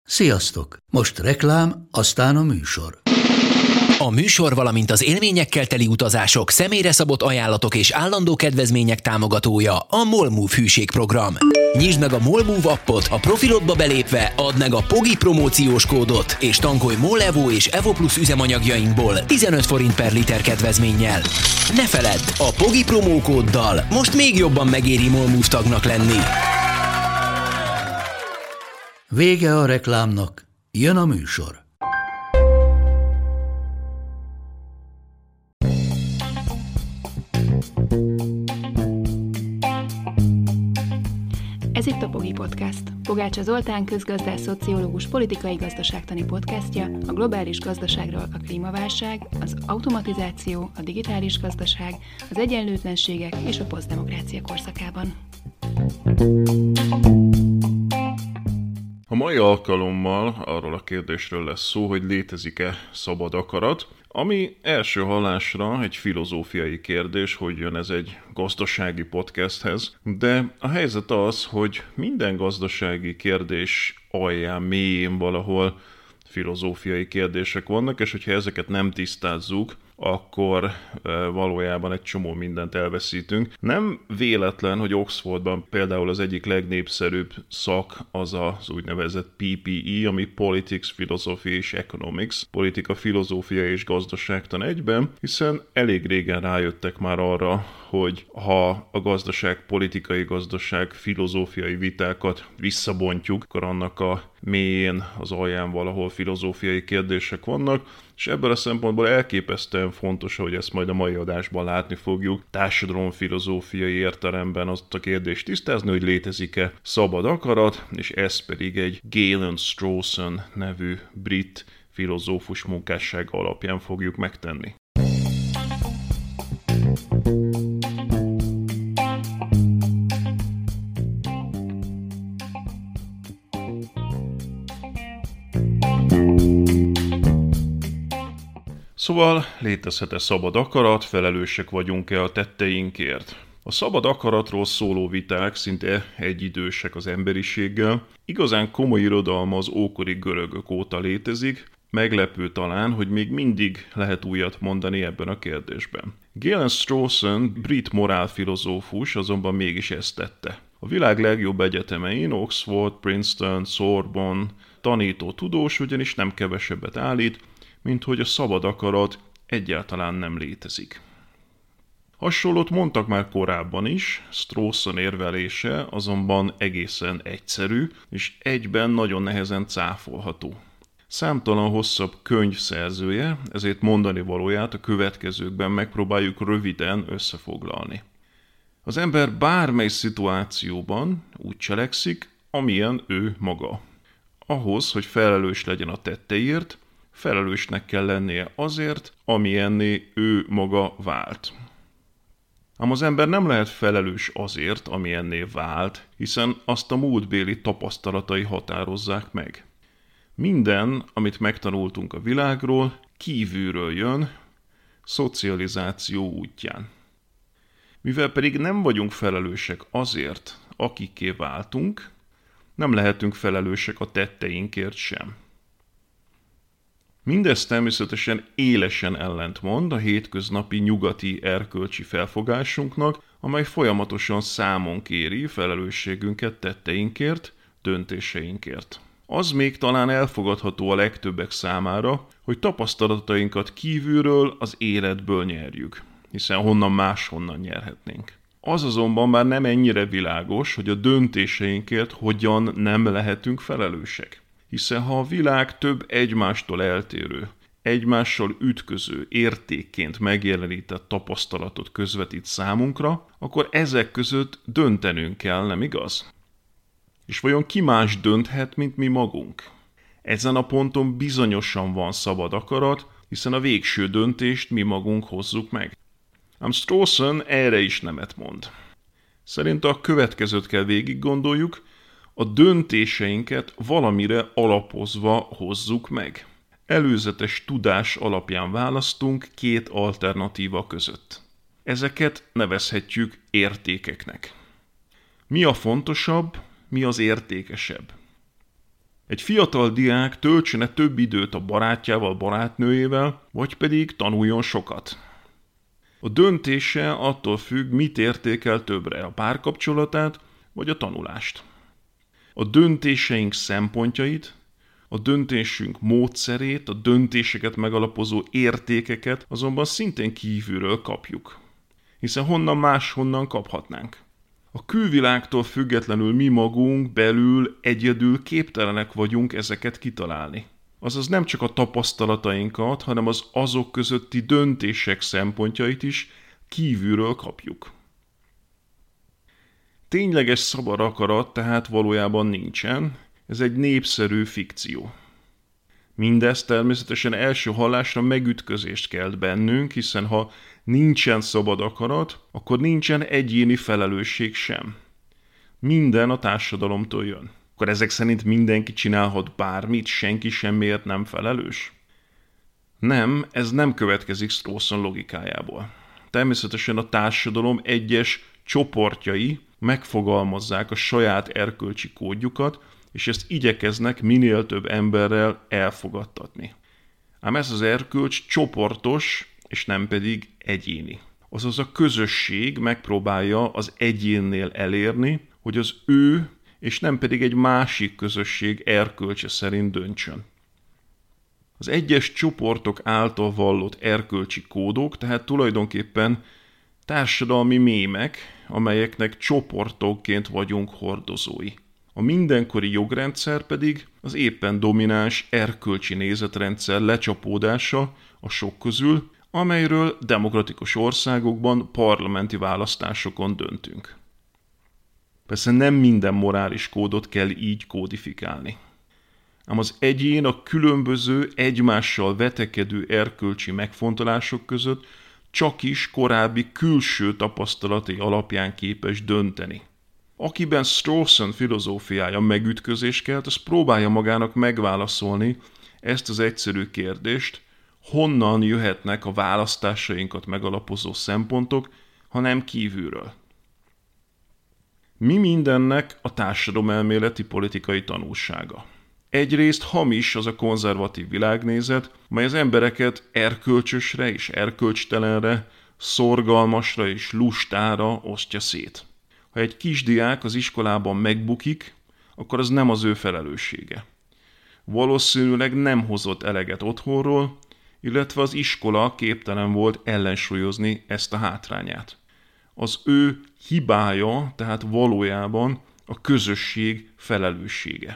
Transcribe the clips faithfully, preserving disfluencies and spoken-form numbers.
Sziasztok! Most reklám, aztán a műsor. A műsor, valamint az élményekkel teli utazások, személyre szabott ajánlatok és állandó kedvezmények támogatója a MOLMOVE hűségprogram. Nyisd meg a MOLMOVE appot, a profilodba belépve add meg a Pogi promóciós kódot, és tankolj MOL Evo és Evo Plus üzemanyagjainkból tizenöt forint per liter kedvezménnyel. Ne feledd, a Pogi promókóddal most még jobban megéri MOLMOVE tagnak lenni. Vége a reklámnak, jön a műsor. Ez itt a Pogi Podcast. Pogácsa Zoltán közgazdász, szociológus, politikai gazdaságtani podcastja a globális gazdaságról, a klímaválság, az automatizáció, a digitális gazdaság, az egyenlőtlenségek és a posztdemokrácia korszakában. A mai alkalommal arról a kérdésről lesz szó, hogy létezik-e szabad akarat, ami első hallásra egy filozófiai kérdés, hogy jön ez egy gazdasági podcasthez, de a helyzet az, hogy minden gazdasági kérdés alján, mélyén valahol filozófiai kérdések vannak, és hogyha ezeket nem tisztázzuk, akkor valójában egy csomó mindent elveszítünk. Nem véletlen, hogy Oxfordban például az egyik legnépszerűbb szak az az úgynevezett P P E, ami Politics, Philosophy és Economics, politika, filozófia és gazdaságtan egyben, hiszen elég régen rájöttek már arra, hogy ha a gazdaság, politikai gazdaság, filozófiai vitákat visszabontjuk, akkor annak a mélyén, az alján valahol filozófiai kérdések vannak, és ebből a szempontból elképesztően fontos, hogy ezt majd a mai adásban látni fogjuk, társadalomfilozófiai értelemben azt a kérdést tisztázni, hogy létezik-e szabad akarat, és ez pedig egy Galen Strawson nevű brit filozófus munkássága alapján fogjuk megtenni. Szóval létezhet-e szabad akarat, felelősek vagyunk-e a tetteinkért? A szabad akaratról szóló viták szinte egyidősek az emberiséggel. Igazán komoly irodalma az ókori görögök óta létezik, meglepő talán, hogy még mindig lehet újat mondani ebben a kérdésben. Galen Strawson, brit morálfilozófus azonban mégis ezt tette. A világ legjobb egyetemein, Oxford, Princeton, Sorbonne tanító tudós ugyanis nem kevesebbet állít, mint hogy a szabad akarat egyáltalán nem létezik. Hasonlót mondtak már korábban is, Strawson érvelése azonban egészen egyszerű, és egyben nagyon nehezen cáfolható. Számtalan hosszabb könyv szerzője, ezért mondani valóját a következőkben megpróbáljuk röviden összefoglalni. Az ember bármely szituációban úgy cselekszik, amilyen ő maga. Ahhoz, hogy felelős legyen a tetteiért, felelősnek kell lennie azért, amilyenné ő maga vált. Ám az ember nem lehet felelős azért, amilyenné vált, hiszen azt a múltbéli tapasztalatai határozzák meg. Minden, amit megtanultunk a világról, kívülről jön, szocializáció útján. Mivel pedig nem vagyunk felelősek azért, akikké váltunk, nem lehetünk felelősek a tetteinkért sem. Mindez természetesen élesen ellentmond a hétköznapi nyugati erkölcsi felfogásunknak, amely folyamatosan számon kéri felelősségünket tetteinkért, döntéseinkért. Az még talán elfogadható a legtöbbek számára, hogy tapasztalatainkat kívülről, az életből nyerjük, hiszen honnan máshonnan nyerhetnénk. Az azonban már nem ennyire világos, hogy a döntéseinkért hogyan nem lehetünk felelősek. Hiszen ha a világ több egymástól eltérő, egymással ütköző, értékként megjelenített tapasztalatot közvetít számunkra, akkor ezek között döntenünk kell, nem igaz? És vajon ki más dönthet, mint mi magunk? Ezen a ponton bizonyosan van szabad akarat, hiszen a végső döntést mi magunk hozzuk meg. Ám Strawson erre is nemet mond. Szerint a következőt kell végig gondoljuk, a döntéseinket valamire alapozva hozzuk meg. Előzetes tudás alapján választunk két alternatíva között. Ezeket nevezhetjük értékeknek. Mi a fontosabb, mi az értékesebb? Egy fiatal diák töltsene több időt a barátjával, barátnőjével, vagy pedig tanuljon sokat. A döntése attól függ, mit értékel többre, a párkapcsolatát vagy a tanulást. A döntéseink szempontjait, a döntésünk módszerét, a döntéseket megalapozó értékeket azonban szintén kívülről kapjuk. Hiszen honnan máshonnan kaphatnánk. A külvilágtól függetlenül mi magunk belül egyedül képtelenek vagyunk ezeket kitalálni. Azaz nem csak a tapasztalatainkat, hanem az azok közötti döntések szempontjait is kívülről kapjuk. Tényleges szabad akarat tehát valójában nincsen, ez egy népszerű fikció. Mindez természetesen első hallásra megütközést kelt bennünk, hiszen ha nincsen szabad akarat, akkor nincsen egyéni felelősség sem. Minden a társadalomtól jön. Akkor ezek szerint mindenki csinálhat bármit, senki semmiért nem felelős? Nem, ez nem következik Strawson logikájából. Természetesen a társadalom egyes csoportjai megfogalmazzák a saját erkölcsi kódjukat, és ezt igyekeznek minél több emberrel elfogadtatni. Ám ez az erkölcs csoportos, és nem pedig egyéni. Azaz a közösség megpróbálja az egyénnél elérni, hogy az ő, és nem pedig egy másik közösség erkölcse szerint döntsön. Az egyes csoportok által vallott erkölcsi kódok, tehát tulajdonképpen társadalmi mémek, amelyeknek csoportokként vagyunk hordozói. A mindenkori jogrendszer pedig az éppen domináns erkölcsi nézetrendszer lecsapódása a sok közül, amelyről demokratikus országokban parlamenti választásokon döntünk. Persze nem minden morális kódot kell így kódifikálni. Ám az egyén a különböző, egymással vetekedő erkölcsi megfontolások között csak is korábbi külső tapasztalatai alapján képes dönteni. Akiben Strawson filozófiája megütközést kelt, az próbálja magának megválaszolni ezt az egyszerű kérdést, honnan jöhetnek a választásainkat megalapozó szempontok, ha nem kívülről. Mi mindennek a társadalomelméleti politikai tanulsága? Egyrészt hamis az a konzervatív világnézet, mely az embereket erkölcsösre és erkölcstelenre, szorgalmasra és lustára osztja szét. Ha egy kisdiák az iskolában megbukik, akkor az nem az ő felelőssége. Valószínűleg nem hozott eleget otthonról, illetve az iskola képtelen volt ellensúlyozni ezt a hátrányát. Az ő hibája, tehát valójában a közösség felelőssége.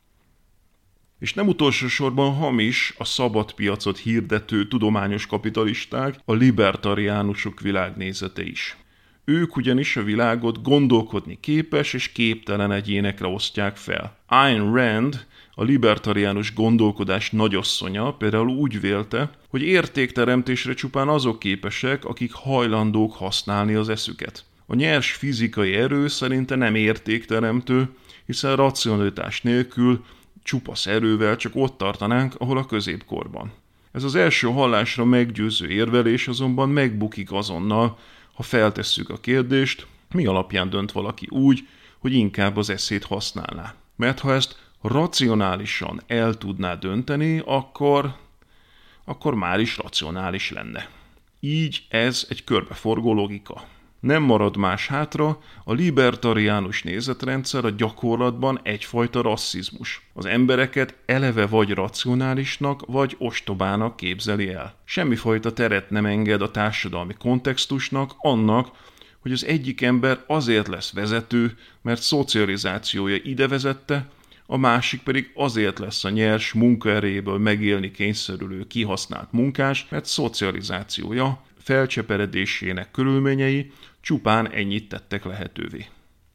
És nem utolsó sorban hamis a szabad piacot hirdető tudományos kapitalisták, a libertariánusok világnézete is. Ők ugyanis a világot gondolkodni képes és képtelen egyénekre osztják fel. Ayn Rand, a libertariánus gondolkodás nagyasszonya például úgy vélte, hogy értékteremtésre csupán azok képesek, akik hajlandók használni az eszüket. A nyers fizikai erő szerinte nem értékteremtő, hiszen racionalitás nélkül csupasz erővel csak ott tartanánk, ahol a középkorban. Ez az első hallásra meggyőző érvelés azonban megbukik azonnal, ha feltesszük a kérdést, mi alapján dönt valaki úgy, hogy inkább az eszét használná. Mert ha ezt racionálisan el tudná dönteni, akkor, akkor már is racionális lenne. Így ez egy körbeforgó logika. Nem marad más hátra, a libertariánus nézetrendszer a gyakorlatban egyfajta rasszizmus. Az embereket eleve vagy racionálisnak, vagy ostobának képzeli el. Semmifajta teret nem enged a társadalmi kontextusnak, annak, hogy az egyik ember azért lesz vezető, mert szocializációja ide vezette, a másik pedig azért lesz a nyers munkaerejéből megélni kényszerülő kihasznált munkás, mert szocializációja, felcseperedésének körülményei csupán ennyit tettek lehetővé.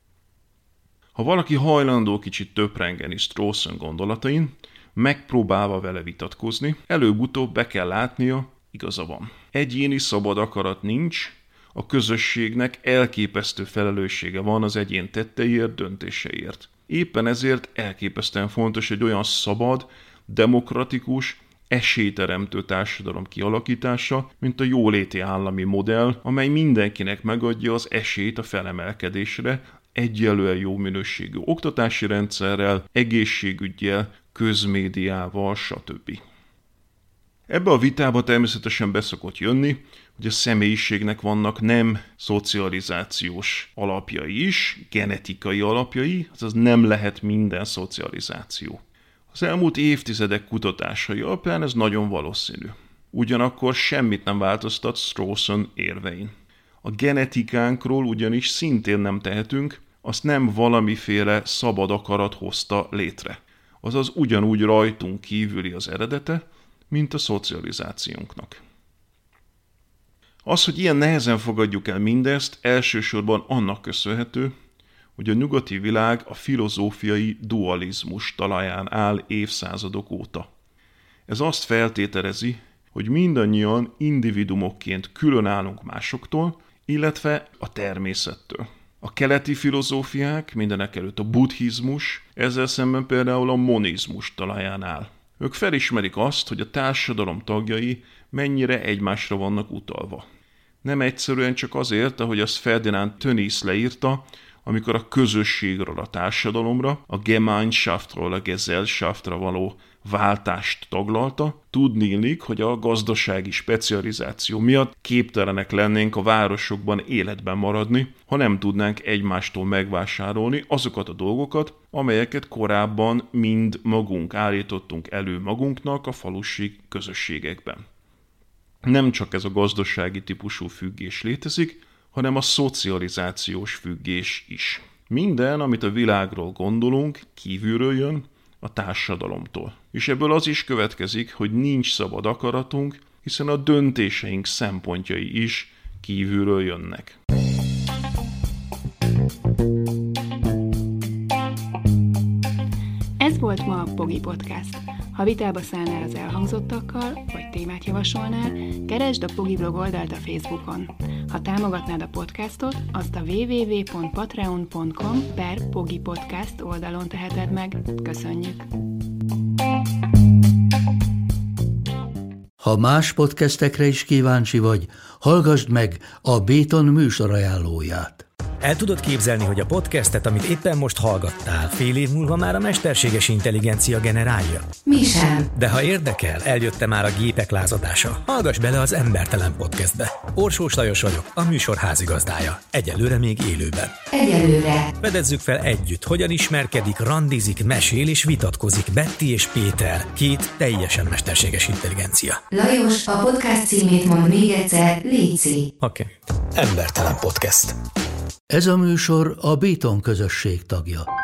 Ha valaki hajlandó kicsit töprengeni Strawson gondolatain, megpróbálva vele vitatkozni, előbb-utóbb be kell látnia, igaza van. Egyéni szabad akarat nincs, a közösségnek elképesztő felelőssége van az egyén tetteiért, döntéseiért. Éppen ezért elképesztően fontos egy olyan szabad, demokratikus, esélyteremtő társadalom kialakítása, mint a jóléti állami modell, amely mindenkinek megadja az esélyt a felemelkedésre, egyenlően jó minőségű oktatási rendszerrel, egészségüggyel, közmédiával, stb. Ebbe a vitába természetesen beszokott jönni, hogy a személyiségnek vannak nem szocializációs alapjai is, genetikai alapjai, azaz nem lehet minden szocializáció. Az elmúlt évtizedek kutatásai alapján ez nagyon valószínű. Ugyanakkor semmit nem változtat Strawson érvein. A genetikánkról ugyanis szintén nem tehetünk, azt nem valamiféle szabad akarat hozta létre. Azaz ugyanúgy rajtunk kívüli az eredete, mint a szocializációnknak. Az, hogy ilyen nehezen fogadjuk el mindezt, elsősorban annak köszönhető, hogy a nyugati világ a filozófiai dualizmus talaján áll évszázadok óta. Ez azt feltételezi, hogy mindannyian individumokként külön állunk másoktól, illetve a természettől. A keleti filozófiák, mindenekelőtt a buddhizmus, ezzel szemben például a monizmus talaján áll. Ők felismerik azt, hogy a társadalom tagjai mennyire egymásra vannak utalva. Nem egyszerűen csak azért, ahogy azt Ferdinand Tönnies leírta, amikor a közösségről a társadalomra, a Gemeinschaftról a Gesellschaftra való váltást taglalta, tudniillik, hogy a gazdasági specializáció miatt képtelenek lennénk a városokban életben maradni, ha nem tudnánk egymástól megvásárolni azokat a dolgokat, amelyeket korábban mind magunk állítottunk elő magunknak a falusi közösségekben. Nem csak ez a gazdasági típusú függés létezik, hanem a szocializációs függés is. Minden, amit a világról gondolunk, kívülről jön, a társadalomtól. És ebből az is következik, hogy nincs szabad akaratunk, hiszen a döntéseink szempontjai is kívülről jönnek. Ez volt ma a Pogi Podcast. Ha vitába szállnál az elhangzottakkal, vagy témát javasolnál, keresd a Pogi blog oldalt a Facebookon. Ha támogatnád a podcastot, azt a www pont patreon pont com per Pogi Podcast oldalon teheted meg. Köszönjük! Ha más podcastekre is kíváncsi vagy, hallgassd meg a Béton műsor ajánlóját. El tudod képzelni, hogy a podcastet, amit éppen most hallgattál, fél év múlva már a mesterséges intelligencia generálja? Mi sem. De ha érdekel, eljött már a gépek lázadása. Hallgass bele az Embertelen Podcastbe. Orsós Lajos vagyok, a műsor házigazdája. Egyelőre még élőben. Egyelőre. Fedezzük fel együtt, hogyan ismerkedik, randizik, mesél és vitatkozik Betty és Péter, két teljesen mesterséges intelligencia. Lajos, a podcast címét mond még egyszer, léci. Oké. Okay. Embertelen Podcast. Ez a műsor a Béton közösség tagja.